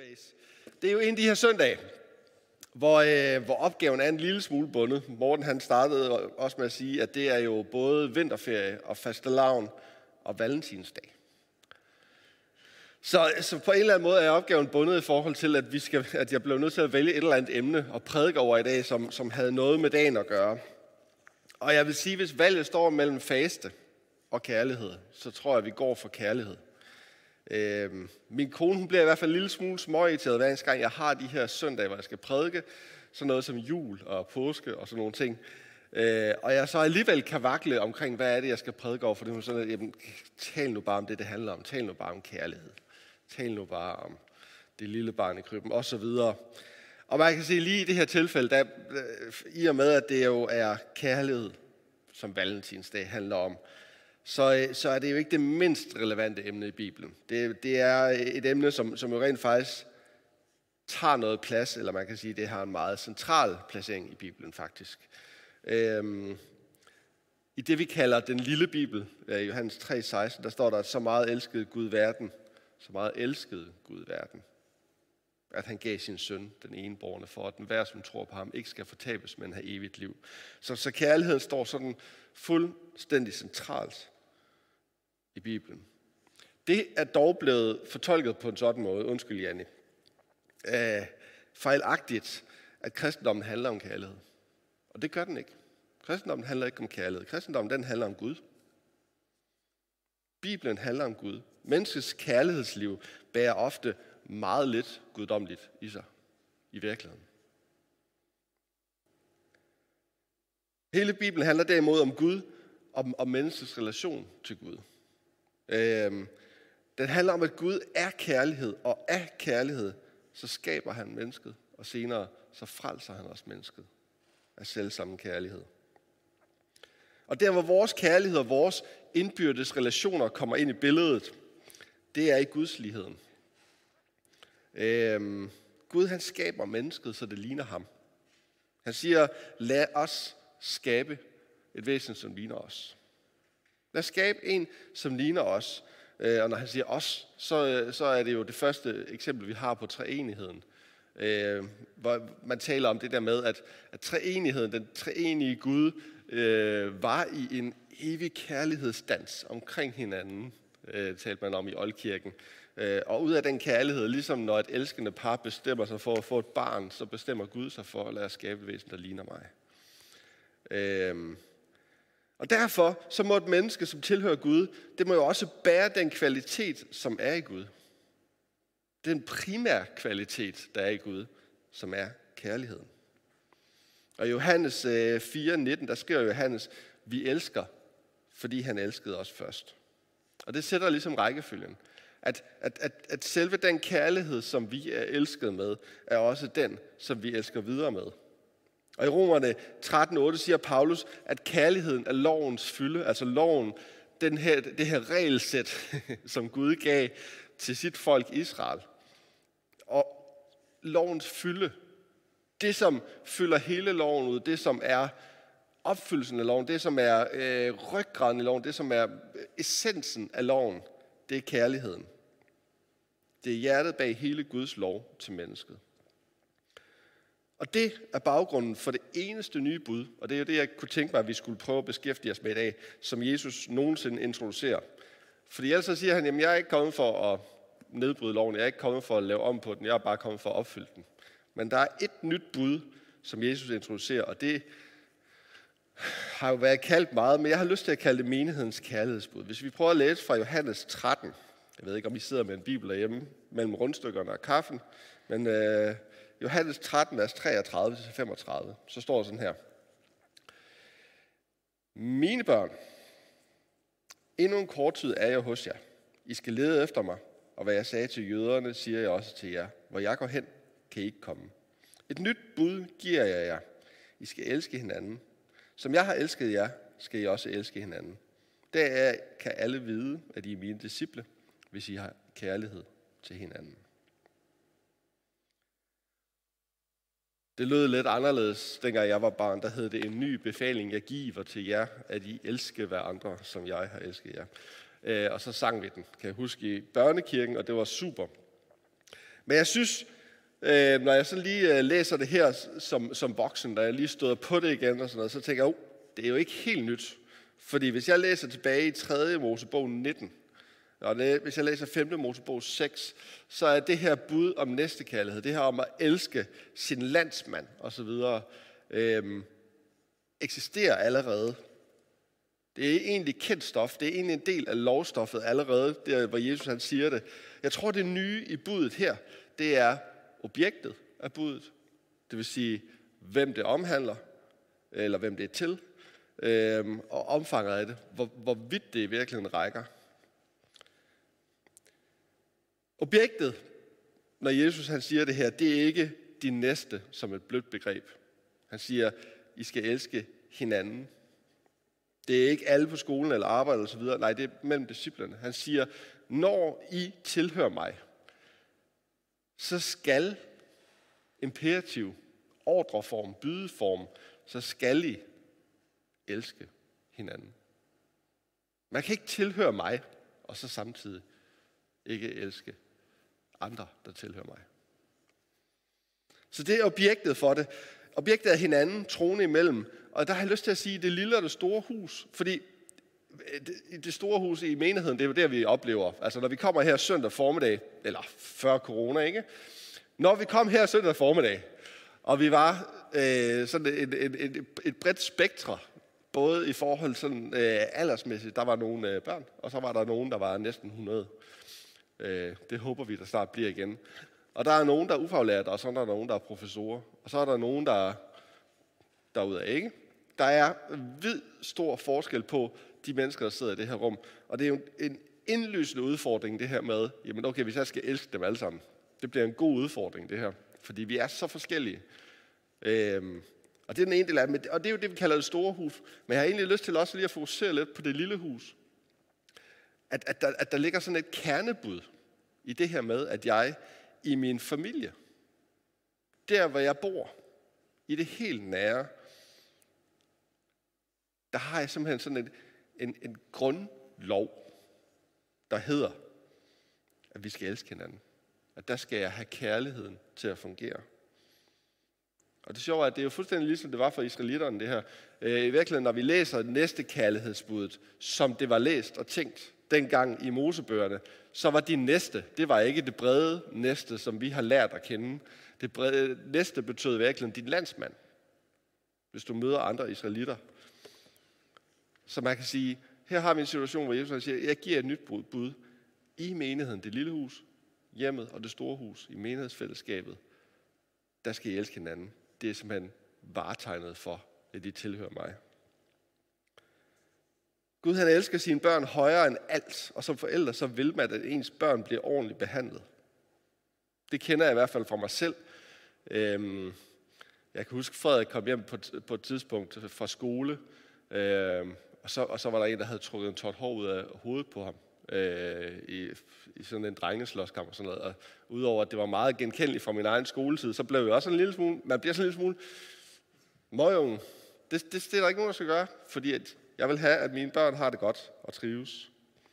Sundays. Det er jo en af de her søndage, hvor opgaven er en lille smule bundet. Morten han startede også med at sige, at det er jo både vinterferie og fastelavn og valentinsdag. Så på en eller anden måde er opgaven bundet i forhold til, at jeg blev nødt til at vælge et eller andet emne og prædike over i dag, som havde noget med dagen at gøre. Og jeg vil sige, hvis valget står mellem faste og kærlighed, så tror jeg, at vi går for kærlighed. Min kone hun bliver i hvert fald en lille smule småirriteret hver eneste gang, jeg har de her søndage, hvor jeg skal prædike. Sådan noget som jul og påske og sådan nogle ting. Og jeg så alligevel kan vakle omkring, hvad er det, jeg skal prædike over. For det er sådan, at jamen, tal nu bare om det handler om. Tal nu bare om kærlighed. Tal nu bare om det lille barn i krybben og så videre. Og man kan se lige i det her tilfælde, i og med, at det jo er kærlighed, som valentinsdag handler om, så er det jo ikke det mindst relevante emne i Bibelen. Det er et emne, som jo rent faktisk tager noget plads, eller man kan sige, at det har en meget central placering i Bibelen faktisk. I det, vi kalder den lille Bibel, Johannes 3,16, der står der, at så meget elskede Gud verden, at han gav sin søn, den enebårne, for at enhver, som tror på ham, ikke skal fortabes, men have evigt liv. Så kærligheden står sådan fuldstændig centralt i Bibelen. Det er dog blevet fortolket på en sådan måde, undskyld Janne, fejlagtigt, at kristendommen handler om kærlighed. Og det gør den ikke. Kristendommen handler ikke om kærlighed. Kristendommen, den handler om Gud. Bibelen handler om Gud. Menneskets kærlighedsliv bærer ofte meget lidt guddommeligt i sig, i virkeligheden. Hele Bibelen handler derimod om Gud, om menneskets relation til Gud. Den handler om, at Gud er kærlighed, og af kærlighed, så skaber han mennesket, og senere så frelser han også mennesket af selvsamme kærlighed. Og der, hvor vores kærlighed og vores indbyrdes relationer kommer ind i billedet, det er i gudsligheden. Gud han skaber mennesket, så det ligner ham. Han siger, lad os skabe et væsen, som ligner os. Lad os skabe en, som ligner os. Og når han siger os, så er det jo det første eksempel, vi har på treenigheden. Hvor man taler om det der med, at treenigheden, den treenige Gud, var i en evig kærlighedsdans omkring hinanden, talte man om i Oldkirken. Og ud af den kærlighed, ligesom når et elskende par bestemmer sig for at få et barn, så bestemmer Gud sig for at lade skabe et væsen, der ligner mig. Og derfor så må et menneske, som tilhører Gud, det må jo også bære den kvalitet, som er i Gud. Den primære kvalitet, der er i Gud, som er kærligheden. Og i Johannes 4:19, der skriver Johannes, vi elsker, fordi han elskede os først. Og det sætter ligesom rækkefølgen. At selve den kærlighed, som vi er elsket med, er også den, som vi elsker videre med. Og i Romerne 13:8 siger Paulus, at kærligheden er lovens fylde, altså loven, det her regelsæt, som Gud gav til sit folk Israel. Og lovens fylde, det som fylder hele loven ud, det som er opfyldelsen af loven, det som er ryggraden i loven, det som er essensen af loven, det er kærligheden. Det er hjertet bag hele Guds lov til mennesket. Og det er baggrunden for det eneste nye bud, og det er jo det, jeg kunne tænke mig, at vi skulle prøve at beskæftige os med i dag, som Jesus nogensinde introducerer. Fordi ellers så siger han, jamen jeg er ikke kommet for at nedbryde loven, jeg er ikke kommet for at lave om på den, jeg er bare kommet for at opfylde den. Men der er et nyt bud, som Jesus introducerer, og det har jo været kaldt meget, men jeg har lyst til at kalde det menighedens kærlighedsbud. Hvis vi prøver at læse fra Johannes 13, jeg ved ikke, om I sidder med en bibel derhjemme, mellem rundstykkerne og kaffen, men Johannes 13, vers 33-35, så står sådan her. Mine børn, endnu en kort tid er jeg hos jer. I skal lede efter mig, og hvad jeg sagde til jøderne, siger jeg også til jer. Hvor jeg går hen, kan I ikke komme. Et nyt bud giver jeg jer. I skal elske hinanden. Som jeg har elsket jer, skal I også elske hinanden. Deraf kan alle vide, at I er mine disciple, hvis I har kærlighed til hinanden. Det lød lidt anderledes, dengang jeg var barn. Der hed det en ny befaling, jeg giver til jer, at I elsker hverandre, som jeg har elsket jer. Og så sang vi den, kan jeg huske, i børnekirken, og det var super. Men jeg synes, når jeg så lige læser det her som voksen, da jeg lige stod på det igen og sådan noget, så tænker jeg, det er jo ikke helt nyt. Fordi hvis jeg læser tilbage i 3. Mosebog 19, og hvis jeg læser 5. Mosebog 6, så er det her bud om næstekærlighed, det her om at elske sin landsmand osv., eksisterer allerede. Det er egentlig kendt stof, det er egentlig en del af lovstoffet allerede, der hvor Jesus han siger det. Jeg tror, det nye i budet her, det er objektet af budet. Det vil sige, hvem det omhandler, eller hvem det er til, og omfanget af det, hvor vidt det i virkeligheden rækker. Objektet, når Jesus han siger det her, det er ikke de næste som et blødt begreb. Han siger, I skal elske hinanden. Det er ikke alle på skolen eller arbejde og så videre. Nej, det er mellem disciplerne. Han siger, når I tilhører mig, så skal imperativ, ordreform, bydeform, så skal I elske hinanden. Man kan ikke tilhøre mig, og så samtidig ikke elske andre, der tilhører mig. Så det er objektet for det. Objektet er hinanden, troende imellem. Og der har jeg lyst til at sige, det lille og det store hus. Fordi det store hus i menigheden, det er jo der, vi oplever. Altså når vi kommer her søndag formiddag, eller før corona, ikke? Når vi kom her søndag formiddag, og vi var sådan et bredt spektre, både i forhold sådan aldersmæssigt, der var nogle børn, og så var der nogen, der var næsten 100. Det håber vi, der snart bliver igen. Og der er nogen, der er ufaglærte, og så er der nogen, der er professorer. Og så er der nogen, der er derude af, ikke? Der er vid stor forskel på de mennesker, der sidder i det her rum. Og det er jo en indlysende udfordring, det her med, jamen okay, hvis jeg skal elske dem alle sammen. Det bliver en god udfordring, det her. Fordi vi er så forskellige. Og det er den ene del af det. Og det er jo det, vi kalder det store hus. Men jeg har egentlig lyst til også lige at fokusere lidt på det lille hus. At der ligger sådan et kernebud i det her med, at jeg i min familie, der hvor jeg bor, i det helt nære, der har jeg simpelthen sådan en grundlov, der hedder, at vi skal elske hinanden. At der skal jeg have kærligheden til at fungere. Og det sjove er, at det er jo fuldstændig ligesom det var for israelitterne, det her. I virkeligheden, når vi læser næste kærlighedsbuddet, som det var læst og tænkt dengang i Mosebøgerne, så var de næste, det var ikke det brede næste, som vi har lært at kende. Det brede næste betød virkelig din landsmand, hvis du møder andre israelitter. Så man kan sige, her har vi en situation, hvor Jesus siger, jeg giver et nyt bud i menigheden, det lille hus, hjemmet og det store hus, i menighedsfællesskabet. Der skal I elske hinanden. Det er simpelthen varetegnet for, at de tilhører mig. Gud han elsker sine børn højere end alt, og som forældre så vil man, at ens børn bliver ordentligt behandlet. Det kender jeg i hvert fald fra mig selv. Jeg kan huske, Frederik kom hjem på et tidspunkt fra skole, og så var der en, der havde trukket en tot hår ud af hovedet på ham i sådan en drengeslåskamp og sådan noget. Og udover at det var meget genkendeligt fra min egen skoletid, så blev jeg også en lille smule, man bliver sådan en lille smule møgunge. Det er der ikke nogen, der skal gøre, fordi at jeg vil have, at mine børn har det godt og trives.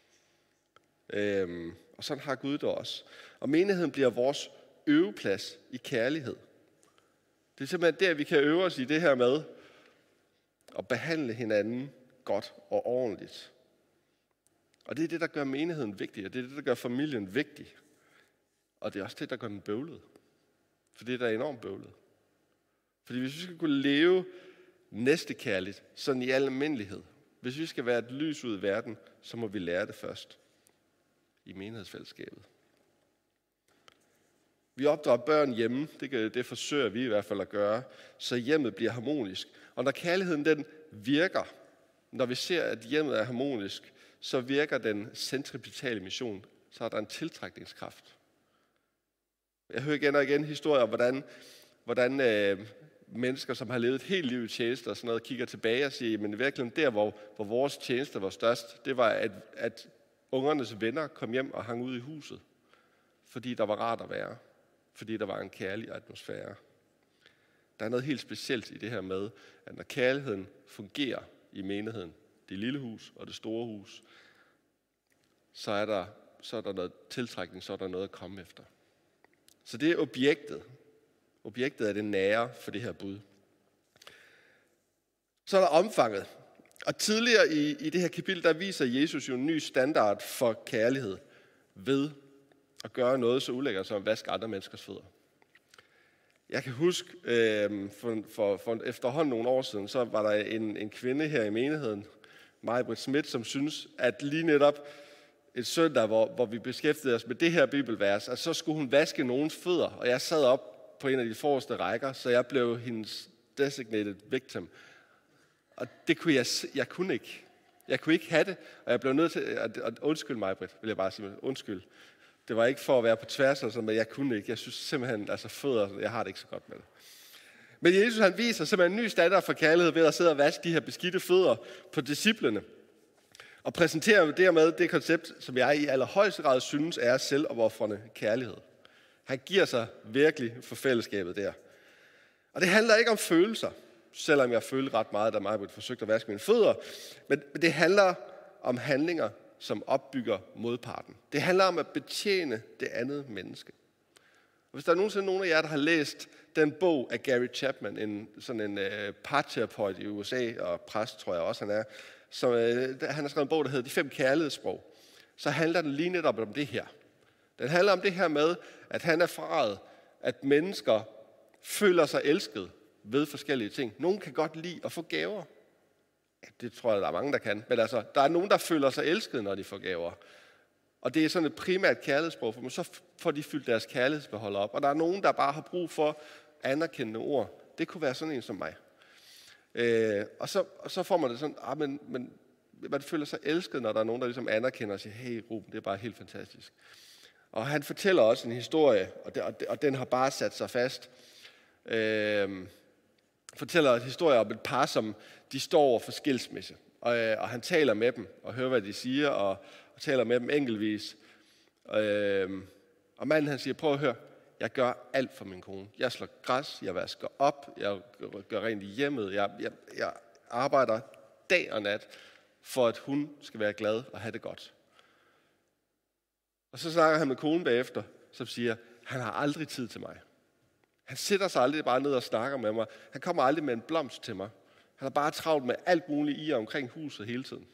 Og sådan har Gud det også. Og menigheden bliver vores øveplads i kærlighed. Det er simpelthen der, vi kan øve os i det her med at behandle hinanden godt og ordentligt. Og det er det, der gør menigheden vigtig, og det er det, der gør familien vigtig. Og det er også det, der gør den bøvlet. For det er da enormt bøvlet. Fordi hvis vi skal kunne leve næstekærligt, sådan i al almindelighed, hvis vi skal være et lys ud i verden, så må vi lære det først i menighedsfællesskabet. Vi opdrager børn hjemme, det forsøger vi i hvert fald at gøre, så hjemmet bliver harmonisk. Og når kærligheden den virker, når vi ser, at hjemmet er harmonisk, så virker den centripetale mission, så er der en tiltrækningskraft. Jeg hører igen og igen historier om, hvordan mennesker, som har levet et helt liv i tjeneste og sådan noget, kigger tilbage og siger, men i virkeligheden der, hvor vores tjeneste var størst, det var, at ungernes venner kom hjem og hang ud i huset, fordi der var rart at være, fordi der var en kærlig atmosfære. Der er noget helt specielt i det her med, at når kærligheden fungerer i menigheden, det lille hus og det store hus, så er der noget tiltrækning, så er der noget at komme efter. Så det er objektet. Objektet er det nære for det her bud. Så er der omfanget. Og tidligere i det her kapitel, der viser Jesus jo en ny standard for kærlighed ved at gøre noget så ulækkert som at vaske andre menneskers fødder. Jeg kan huske, for efterhånden nogle år siden, så var der en kvinde her i menigheden, Maj-Britt Schmidt, som synes, at lige netop et søndag, hvor vi beskæftigede os med det her bibelvers, at så skulle hun vaske nogens fødder, og jeg sad op på en af de forreste rækker, så jeg blev hendes designated victim. Og det kunne jeg kunne ikke. Jeg kunne ikke have det, og jeg blev nødt til at undskylde Maj-Britt, vil jeg bare sige. Undskyld. Det var ikke for at være på tværs, men jeg kunne ikke. Jeg synes simpelthen, fødder, jeg har det ikke så godt med det. Men Jesus han viser simpelthen en ny standard for kærlighed ved at sidde og vaske de her beskidte fødder på disciplene. Og præsenterer dermed det koncept, som jeg i allerhøjeste grad synes er selvopofrende kærlighed. Han giver sig virkelig for fællesskabet der. Og det handler ikke om følelser, selvom jeg følte ret meget, da Maj-Britt forsøgte at vaske mine fødder. Men det handler om handlinger, som opbygger modparten. Det handler om at betjene det andet menneske. Og hvis der er nogen af jer, der har læst den bog af Gary Chapman, sådan en parterapeut i USA, og præst tror jeg også han er, han har skrevet en bog, der hedder De 5 kærlighedssprog, så handler den lige netop om det her. Den handler om det her med, at han erfaret, at mennesker føler sig elsket ved forskellige ting. Nogle kan godt lide at få gaver. Ja, det tror jeg, der er mange, der kan. Men altså, der er nogen, der føler sig elsket, når de får gaver. Og det er sådan et primært kærlighedssprog for dem. Så får de fyldt deres kærlighedsbeholder op. Og der er nogen, der bare har brug for anerkendende ord. Det kunne være sådan en som mig. Og så får man det sådan, men man føler sig elsket, når der er nogen, der ligesom anerkender og siger, hey Ruben, det er bare helt fantastisk. Og han fortæller også en historie, og den har bare sat sig fast. Fortæller en historie om et par, som de står over for skilsmisse. Og han taler med dem, og hører, hvad de siger, og taler med dem enkeltvis. Og manden han siger, prøv at høre, jeg gør alt for min kone. Jeg slår græs, jeg vasker op, jeg gør rent i hjemmet, jeg arbejder dag og nat, for at hun skal være glad og have det godt. Og så snakker han med konen bagefter, som siger, han har aldrig tid til mig. Han sætter sig aldrig bare ned og snakker med mig. Han kommer aldrig med en blomst til mig. Han er bare travlt med alt muligt i og omkring huset hele tiden.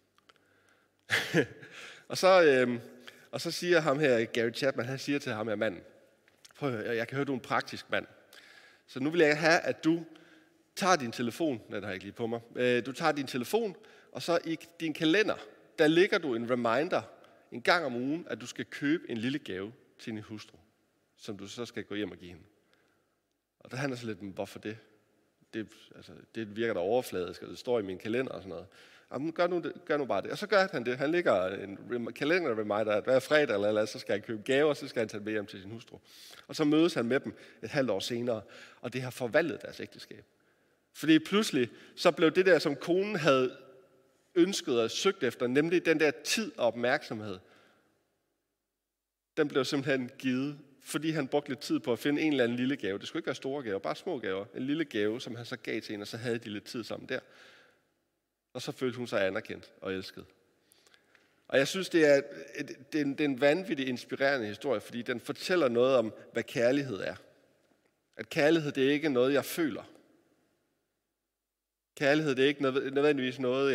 og så siger ham her, Gary Chapman, han siger til ham her manden, prøv at høre, jeg kan høre, du er en praktisk mand. Så nu vil jeg have, at du tager din telefon, den har jeg ikke lige på mig, du tager din telefon, og så i din kalender, der ligger du en reminder en gang om ugen, at du skal købe en lille gave til din hustru, som du så skal gå hjem og give hende. Og der handler så lidt om, hvorfor det? Det virker da overfladisk, og det står i min kalender og sådan noget. Jamen, gør nu bare det. Og så gør han det. Han lægger en kalender-reminder, at hver fredag eller andet, så skal han købe gaver, og så skal han tage med hjem til sin hustru. Og så mødes han med dem et halvt år senere, og det har forvandlet deres ægteskab. Fordi pludselig, så blev det der, som konen havde ønsket og søgt efter, nemlig den der tid og opmærksomhed, den blev simpelthen givet, fordi han brugte lidt tid på at finde en eller anden lille gave. Det skulle ikke være store gaver, bare små gaver. En lille gave, som han så gav til hende, og så havde de lidt tid sammen der. Og så følte hun sig anerkendt og elsket. Og jeg synes, det er en vanvittig inspirerende historie, fordi den fortæller noget om, hvad kærlighed er. At kærlighed, det er ikke noget, jeg føler. Kærlighed, det er ikke nødvendigvis noget,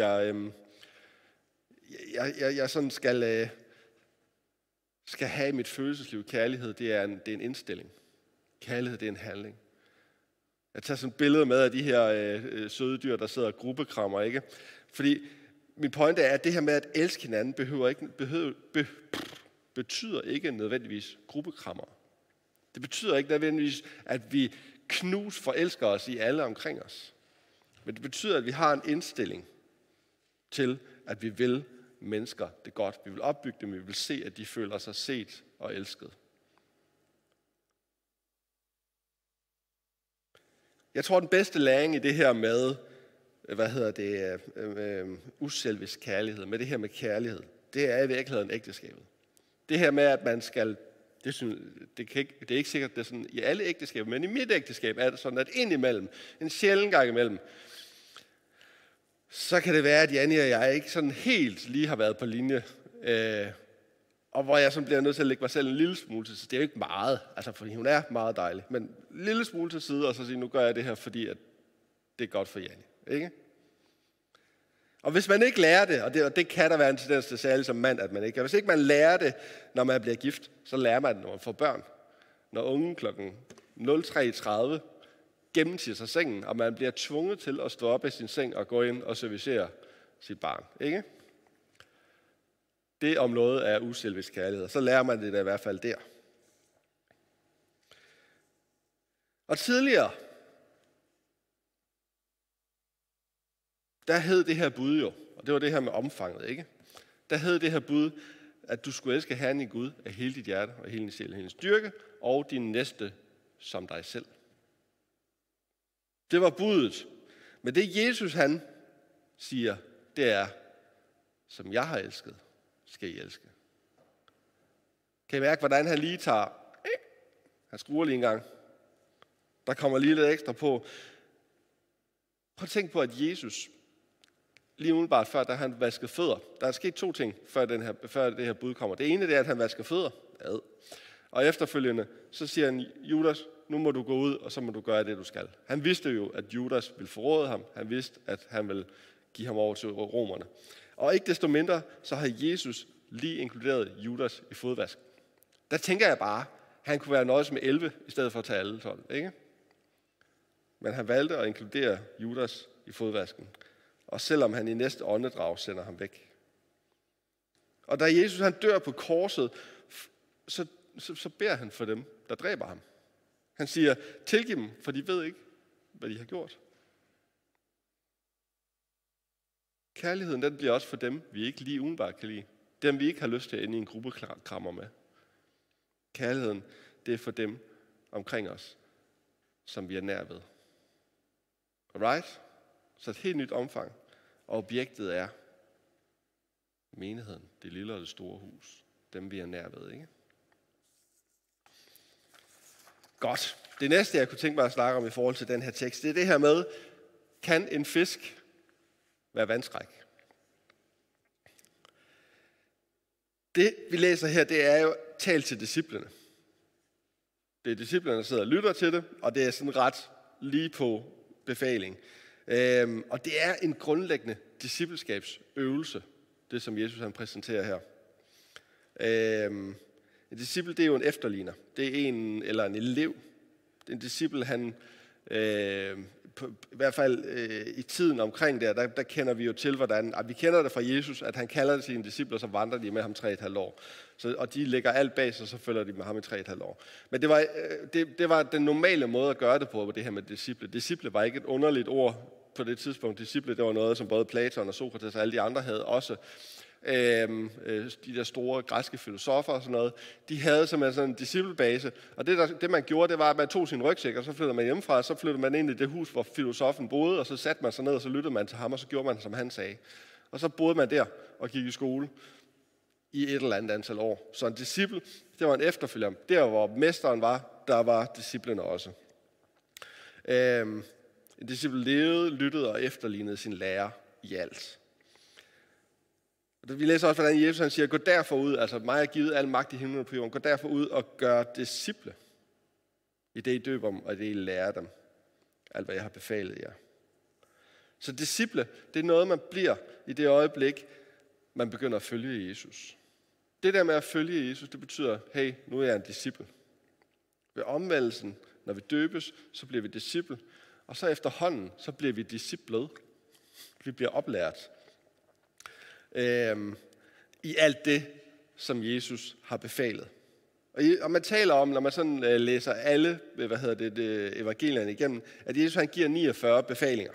jeg sådan skal have i mit følelsesliv. Kærlighed, det er en indstilling. Kærlighed, det er en handling. Jeg tager sådan et billede med af de her søde dyr, der sidder og gruppekrammer, ikke? Fordi min pointe er, at det her med at elske hinanden betyder ikke nødvendigvis gruppekrammer. Det betyder ikke nødvendigvis, at vi forelsker os i alle omkring os. Men det betyder, at vi har en indstilling til, at vi vil mennesker det godt. Vi vil opbygge dem, vi vil se, at de føler sig set og elsket. Jeg tror, den bedste læring i det her med, uselvisk kærlighed, med det her med kærlighed, det er i virkeligheden ægteskabet. Det her med, at man skal, det er ikke sikkert, det er sådan i alle ægteskaber, men i mit ægteskab er det sådan, at indimellem, en sjælden gang imellem, så kan det være, at Janne og jeg ikke sådan helt lige har været på linje. Og hvor jeg så bliver nødt til at lægge mig selv en lille smule til side. Det er jo ikke meget, altså fordi hun er meget dejlig, men en lille smule til side, og så sige, nu gør jeg det her, fordi at det er godt for Janni. Ikke? Og hvis man ikke lærer det, og det kan der være en tendens til særligt som mand, at man ikke. Og hvis ikke man lærer det, når man bliver gift, så lærer man det, når man får børn. Når unge klokken 03:30 gennemtiger sig sengen, og man bliver tvunget til at stå op i sin seng og gå ind og servicere sit barn. Ikke? Det om noget er uselvisk kærlighed. Så lærer man det da i hvert fald der. Og tidligere, der hed det her bud jo, og det var det her med omfanget, ikke? Der hed det her bud, at du skulle elske Herren i Gud af hele dit hjerte og hele din sjæl og hele din styrke, og din næste som dig selv. Det var budet. Men det Jesus han siger, det er, som jeg har elsket, skal I elske. Kan I mærke, hvordan han lige tager, han skruer lige en gang. Der kommer lige lidt ekstra på. Prøv at tænke på, at Jesus, lige umiddelbart før, da han vaskede fødder, der er sket 2 ting, før det her bud kommer. Det ene det er, at han vasker fødder. Og efterfølgende, så siger han, Judas, nu må du gå ud, og så må du gøre det, du skal. Han vidste jo, at Judas ville forråde ham. Han vidste, at han ville give ham over til romerne. Og ikke desto mindre, så har Jesus lige inkluderet Judas i fodvask. Der tænker jeg bare, han kunne være nøjes med 11, i stedet for at tage alle 12, ikke? Men han valgte at inkludere Judas i fodvasken. Og selvom han i næste åndedrag sender ham væk. Og da Jesus han dør på korset, så beder han for dem, der dræber ham. Han siger, tilgiv dem, for de ved ikke, hvad de har gjort. Kærligheden, den bliver også for dem, vi ikke lige umiddelbart kan lide. Dem, vi ikke har lyst til at ende i en gruppekrammer med. Kærligheden, det er for dem omkring os, som vi er nær ved. Alright? Så et helt nyt omfang. Og objektet er menigheden, det lille og det store hus. Dem, vi er nær ved, ikke? Godt. Det næste, jeg kunne tænke mig at snakke om i forhold til den her tekst, det er det her med, kan en fisk være vandskræk? Det, vi læser her, det er jo talt til disciplene. Det er disciplene, der sidder og lytter til det, og det er sådan ret lige på befaling. Og det er en grundlæggende discipleskabsøvelse, det som Jesus han præsenterer her. En disciple, det er jo en efterligner. Det er en eller en elev. En disciple, han i hvert fald i tiden omkring der kender vi jo til, hvordan, vi kender det fra Jesus, at han kalder det sine discipler, så vandrer de med ham 3,5 år. Og de lægger alt bag sig, så følger de med ham i 3,5 år. Men det var den normale måde at gøre det på, det her med disciple. Disciple var ikke et underligt ord på det tidspunkt. Disciple, det var noget, som både Platon og Sokrates og alle de andre havde også. De der store græske filosofer og sådan noget, de havde simpelthen sådan en disciplebase, og det man gjorde, det var, at man tog sin rygsæk, og så flyttede man hjemmefra, og så flyttede man ind i det hus, hvor filosofen boede, og så satte man sig ned, og så lyttede man til ham, og så gjorde man, som han sagde. Og så boede man der og gik i skole i et eller andet antal år. Så en disciple, det var en efterfølger. Der, hvor mesteren var, der var disciplene også. En disciple levede, lyttede og efterlignede sin lærer i alt. Vi læser også, hvordan Jesus han siger, gå derfor ud, altså mig er givet al magt i himlen og på jorden, gå derfor ud og gør disciple i det I døber dem, og i det I lærer dem. Alt hvad jeg har befalet jer. Så disciple, det er noget, man bliver i det øjeblik, man begynder at følge Jesus. Det der med at følge Jesus, det betyder, hey, nu er jeg en disciple. Ved omvendelsen, når vi døbes, så bliver vi disciple, og så efterhånden, så bliver vi disciplet. Vi bliver oplært i alt det, som Jesus har befalet. Og man taler om, når man sådan læser alle evangelierne igennem, at Jesus han giver 49 befalinger.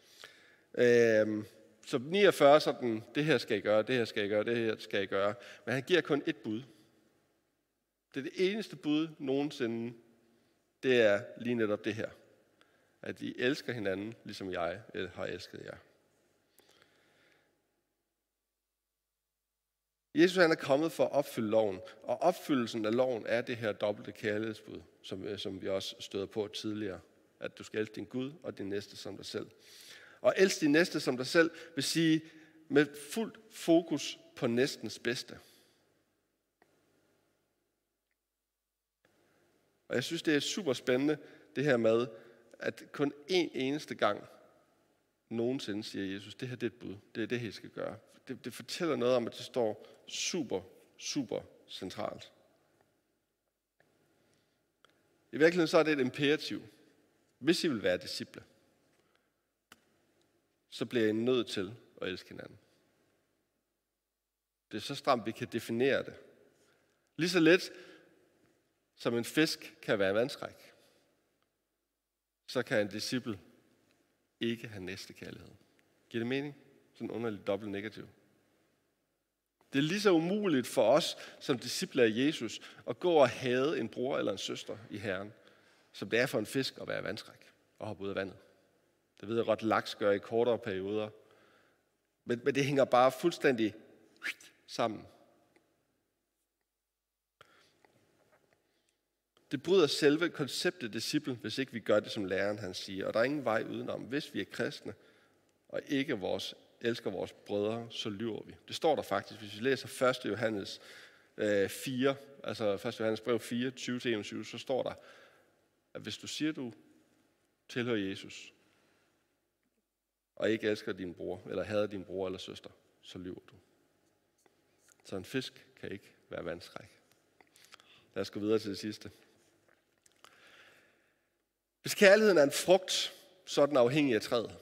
Så 49 sådan, det her skal I gøre, det her skal I gøre, det her skal I gøre. Men han giver kun ét bud. Det er det eneste bud nogensinde, det er lige netop det her. At I elsker hinanden, ligesom jeg har elsket jer. Jesus han er kommet for at opfylde loven, og opfyldelsen af loven er det her dobbelte kærlighedsbud, som vi også støder på tidligere. At du skal elske din Gud og din næste som dig selv. Og elske din næste som dig selv vil sige med fuldt fokus på næstens bedste. Og jeg synes, det er super spændende, det her med, at kun én eneste gang nogensinde siger Jesus, det her det er et bud. Det er det, I skal gøre. Det fortæller noget om, at det står super, super centralt. I virkeligheden så er det et imperativ. Hvis I vil være disciple, så bliver I nødt til at elske hinanden. Det er så stramt, vi kan definere det. Lige så let som en fisk kan være vandskræk, så kan en disciple ikke have næstekærlighed. Giver det mening? Sådan en underlig dobbelt negativ. Det er lige så umuligt for os som discipler af Jesus at gå og hade en bror eller en søster i Herren, som det er for en fisk at være vandskræk og hoppe ud af vandet. Det ved jeg godt, laks gør i kortere perioder. Men det hænger bare fuldstændig sammen. Det bryder selve konceptet disciple, hvis ikke vi gør det, som læreren han siger. Og der er ingen vej udenom. Hvis vi er kristne og ikke elsker vores brødre, så lyver vi. Det står der faktisk, hvis vi læser 1. Johannes 4, altså 1. Johannes brev 4, 20-21, så står der, at hvis du siger, du tilhører Jesus, og ikke elsker din bror, eller hader din bror eller søster, så lyver du. Så en fisk kan ikke være vandskræk. Lad os gå videre til det sidste. Hvis kærligheden er en frugt, så er den afhængig af træet.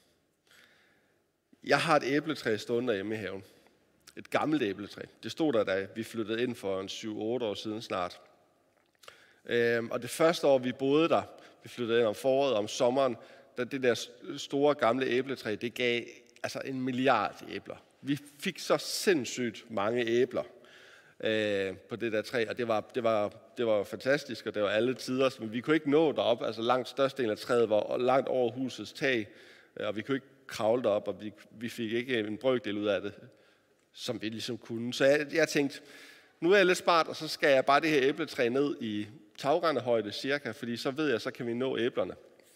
Jeg har et æbletræ stående hjemme i haven. Et gammelt æbletræ. Det stod der, da vi flyttede ind for 7-8 år siden snart. Og det første år, vi boede der, vi flyttede ind om foråret, om sommeren, da det der store gamle æbletræ, det gav altså 1 milliard æbler. Vi fik så sindssygt mange æbler på det der træ, og det var fantastisk, og det var alle tider, men vi kunne ikke nå derop. Altså langt størstedelen af træet var langt over husets tag, og vi kunne ikke kravle derop, og vi fik ikke en brøkdel ud af det, som vi ligesom kunne. Så jeg tænkte, nu er jeg lidt smart, og så skal jeg bare det her æbletræ ned i tagrendehøjde cirka, fordi så ved jeg, så kan vi nå æblerne.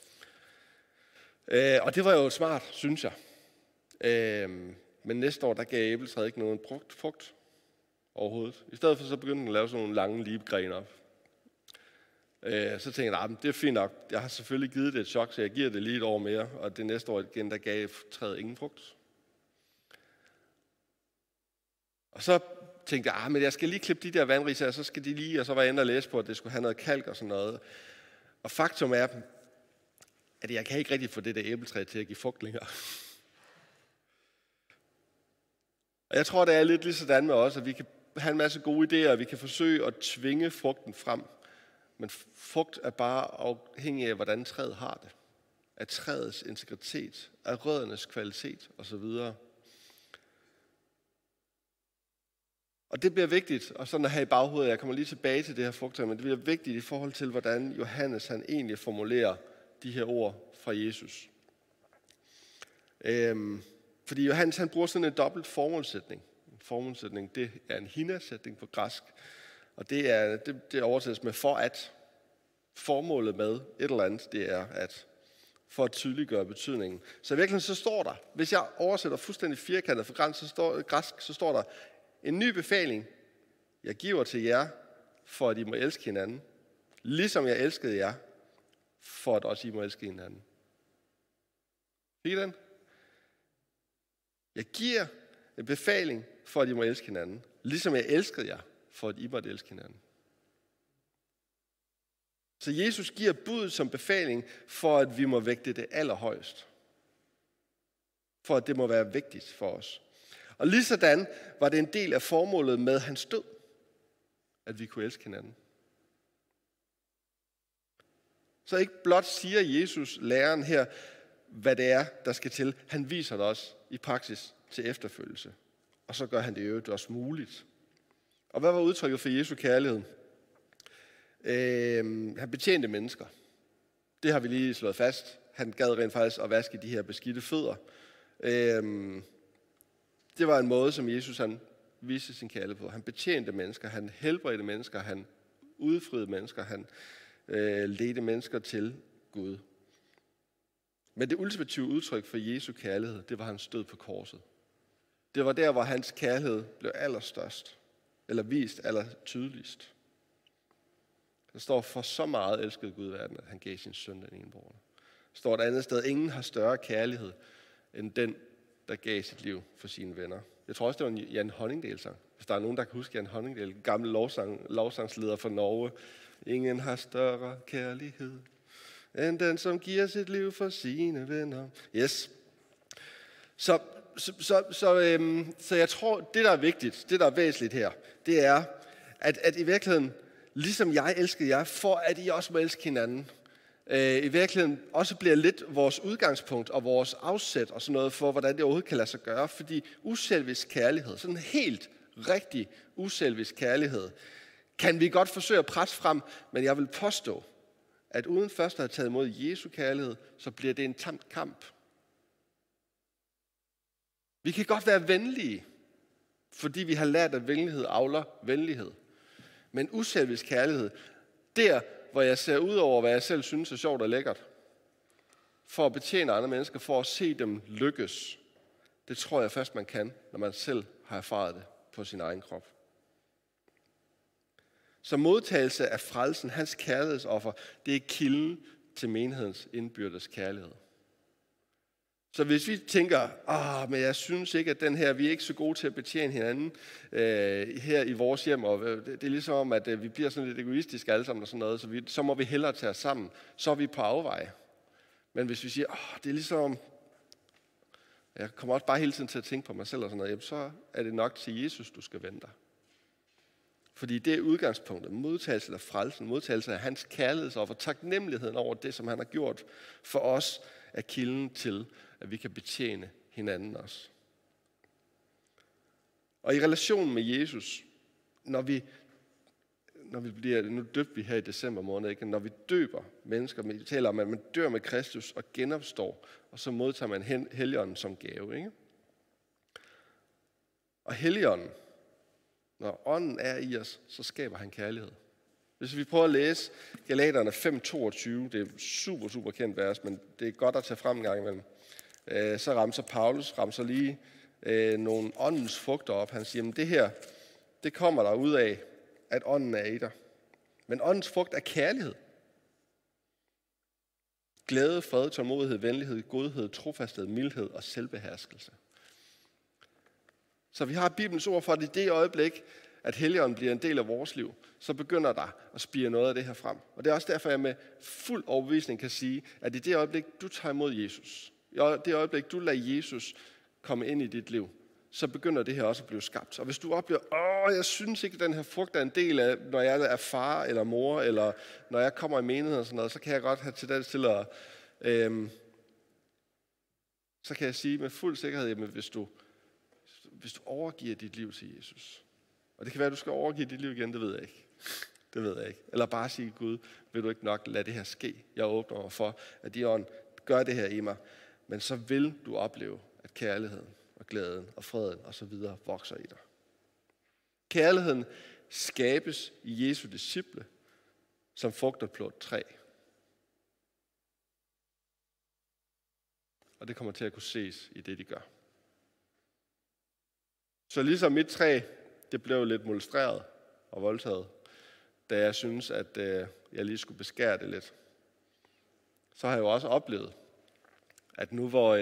Og det var jo smart, synes jeg. Men næste år, der gav æbletræet ikke nogen frugt overhovedet. I stedet for så begyndte den at lave sådan nogle lange libgrene op. Så tænkte jeg, det er fint nok. Jeg har selvfølgelig givet det et chok, så jeg giver det lige et år mere. Og det næste år igen, der gav træet ingen frugt. Og så tænkte jeg, men jeg skal lige klippe de der vandriser, og så skal de lige, og så var jeg inde og læse på, at det skulle have noget kalk og sådan noget. Og faktum er, at jeg kan ikke rigtig få det der æbletræ til at give frugt længere. Og jeg tror, det er lidt lige sådan med os, at vi kan have en masse gode idéer, og vi kan forsøge at tvinge frugten frem. Men frugt er bare afhængig af, hvordan træet har det. Af træets integritet, af røddernes kvalitet osv. Og det bliver vigtigt, og sådan at have i baghovedet, jeg kommer lige tilbage til det her frugttræ, men det bliver vigtigt i forhold til, hvordan Johannes han egentlig formulerer de her ord fra Jesus. Fordi Johannes han bruger sådan en dobbelt formålssætning. En formålssætning, det er en hina-sætning på græsk, og det oversættes med for at. Formålet med et eller andet, det er at for at tydeliggøre betydningen. Så i virkeligheden så står der, hvis jeg oversætter fuldstændig firkantet for græsk, så står der, en ny befaling, jeg giver til jer, for at I må elske hinanden, ligesom jeg elskede jer, for at også I må elske hinanden. Fik I den? Jeg giver en befaling, for at I må elske hinanden, ligesom jeg elskede jer, for at I måtte elske hinanden. Så Jesus giver budet som befaling, for at vi må vægte det allerhøjest. For at det må være vigtigt for os. Og lige sådan var det en del af formålet med hans død, at vi kunne elske hinanden. Så ikke blot siger Jesus, læreren her, hvad det er, der skal til. Han viser det også i praksis til efterfølgelse. Og så gør han det jo også muligt. Og hvad var udtrykket for Jesu kærlighed? Han betjente mennesker. Det har vi lige slået fast. Han gad rent faktisk at vaske de her beskidte fødder. Det var en måde, som Jesus han viste sin kærlighed på. Han betjente mennesker, han helbredte mennesker, han udfriede mennesker, han ledte mennesker til Gud. Men det ultimative udtryk for Jesu kærlighed, det var hans død på korset. Det var der, hvor hans kærlighed blev allerstørst, eller vist allertydeligst. Der står, for så meget elskede Gud verden, at han gav sin søn den enebårne. Der står et andet sted, ingen har større kærlighed, end den, der gav sit liv for sine venner. Jeg tror også, det var en Jan Honningdal-sang. Hvis der er nogen, der kan huske Jan Honningdal, gamle lovsangsleder fra Norge. Ingen har større kærlighed, end den, som giver sit liv for sine venner. Yes. Så jeg tror, det der er vigtigt, det der er væsentligt her, det er, at i virkeligheden, ligesom jeg elskede jer, for at I også må elske hinanden, i virkeligheden også bliver lidt vores udgangspunkt og vores afsæt og sådan noget for, hvordan det overhovedet kan lade sig gøre. Fordi uselvisk kærlighed, sådan en helt rigtig uselvisk kærlighed, kan vi godt forsøge at presse frem, men jeg vil påstå, at uden først at have taget imod Jesu kærlighed, så bliver det en tamt kamp. Vi kan godt være venlige, fordi vi har lært, at venlighed avler venlighed. Men uselvisk kærlighed, der hvor jeg ser ud over, hvad jeg selv synes er sjovt og lækkert, for at betjene andre mennesker, for at se dem lykkes, det tror jeg først, man kan, når man selv har erfaret det på sin egen krop. Så modtagelse af frelsen, hans kærlighedsoffer, det er kilden til menighedens indbyrdes kærlighed. Så hvis vi tænker, men jeg synes ikke, at den her, vi er ikke så gode til at betjene hinanden her i vores hjem, og det er ligesom om, at vi bliver sådan lidt egoistiske alle sammen og sådan noget, så må vi hellere tage os sammen, så er vi på afveje. Men hvis vi siger, det er ligesom, jeg kommer også bare hele tiden til at tænke på mig selv og sådan noget, jamen, så er det nok til Jesus, du skal vende dig. Fordi det er udgangspunktet, modtagelse af frelsen, modtagelse af hans kærlighedsoffer, taknemmeligheden over det, som han har gjort for os, er kilden til, at vi kan betjene hinanden også. Og i relationen med Jesus, når vi bliver, nu døbte vi her i december måned, ikke? Når vi døber mennesker, vi taler om, at man dør med Kristus og genopstår, og så modtager man Helligånden som gave. Ikke? Og Helligånden, når ånden er i os, så skaber han kærlighed. Hvis vi prøver at læse Galaterne 5:22, det er super, super kendt vers, men det er godt at tage frem en gang imellem. Så ramser lige nogle åndens frugter op. Han siger, at det her, det kommer der ud af, at ånden er i dig. Men åndens frugt er kærlighed. Glæde, fred, tålmodighed, venlighed, godhed, trofasthed, mildhed og selvbeherskelse. Så vi har Bibelens ord for, at i det øjeblik, at Helligånden bliver en del af vores liv, så begynder der at spire noget af det her frem. Og det er også derfor, jeg med fuld overbevisning kan sige, at i det øjeblik, du tager imod Jesus, i det øjeblik, du lader Jesus komme ind i dit liv, så begynder det her også at blive skabt. Og hvis du oplever, jeg synes ikke, at den her frugt er en del af, når jeg er far eller mor, eller når jeg kommer i menigheden og sådan noget, så kan jeg godt have tendens til at, så kan jeg sige med fuld sikkerhed, at hvis du overgiver dit liv til Jesus, og det kan være, at du skal overgive dit liv igen, det ved jeg ikke. Det ved jeg ikke. Eller bare sige, Gud, vil du ikke nok lade det her ske? Jeg åbner mig for, at din ånd gør det her i mig. Men så vil du opleve, at kærligheden og glæden og freden og så videre vokser i dig. Kærligheden skabes i Jesu disciple som frugterplot træ. Og det kommer til at kunne ses i det, de gør. Så ligesom mit træ, det blev lidt molestreret og voldtaget, da jeg synes, at jeg lige skulle beskære det lidt. Så har jeg jo også oplevet, at nu hvor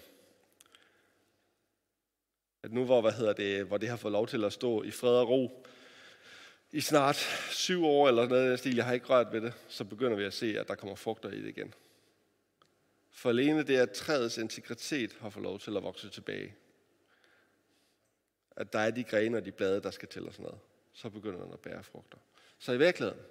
hvor det har fået lov til at stå i fred og ro i snart 7 år eller noget af den stil, jeg har ikke rørt ved det, så begynder vi at se, at der kommer frugter i det igen. For alene det, at træets integritet har fået lov til at vokse tilbage, at der er de grene og de blade, der skal til og sådan noget, så begynder den at bære frugter. Så i virkeligheden,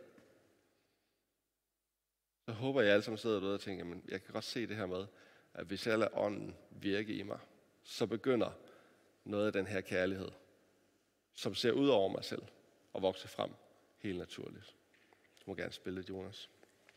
så håber jeg alle sammen sidder derude og tænker, men jeg kan godt se det her med, at hvis jeg lader ånden virke i mig, så begynder noget af den her kærlighed, som ser ud over mig selv, og vokse frem helt naturligt. Du må gerne spille det, Jonas.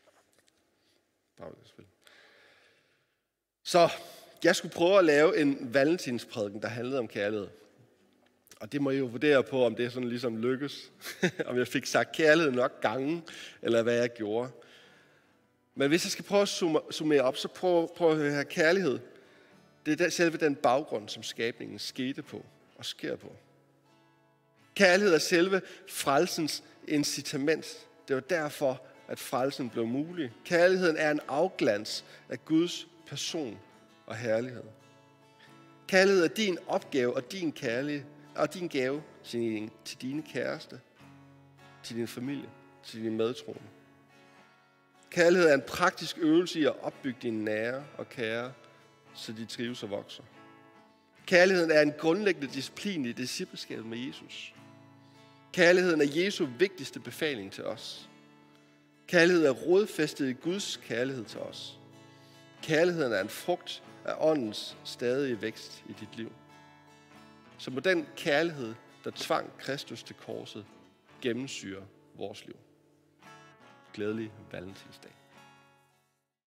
Så jeg skulle prøve at lave en valentinsprædiken, der handlede om kærlighed. Og det må I jo vurdere på, om det sådan ligesom lykkes. Om jeg fik sagt kærlighed nok gange, eller hvad jeg gjorde. Men hvis jeg skal prøve at summere op, så prøv at høre her. Kærlighed, det er selve den baggrund, som skabningen skete på og sker på. Kærlighed er selve frelsens incitament Det var derfor, at frelsen blev mulig. Kærligheden er en afglans af Guds person og herlighed. Kærlighed er din opgave og din gave til dine kæreste, til din familie, til dine medtroende. Kærlighed er en praktisk øvelse i at opbygge dine nære og kære, så de trives og vokser. Kærligheden er en grundlæggende disciplin i discipleskabet med Jesus. Kærligheden er Jesu vigtigste befaling til os. Kærlighed er rodfæstet i Guds kærlighed til os. Kærligheden er en frugt af åndens stadige vækst i dit liv. Så må den kærlighed, der tvang Kristus til korset, gennemsyre vores liv. Glædelig Valentinsdag.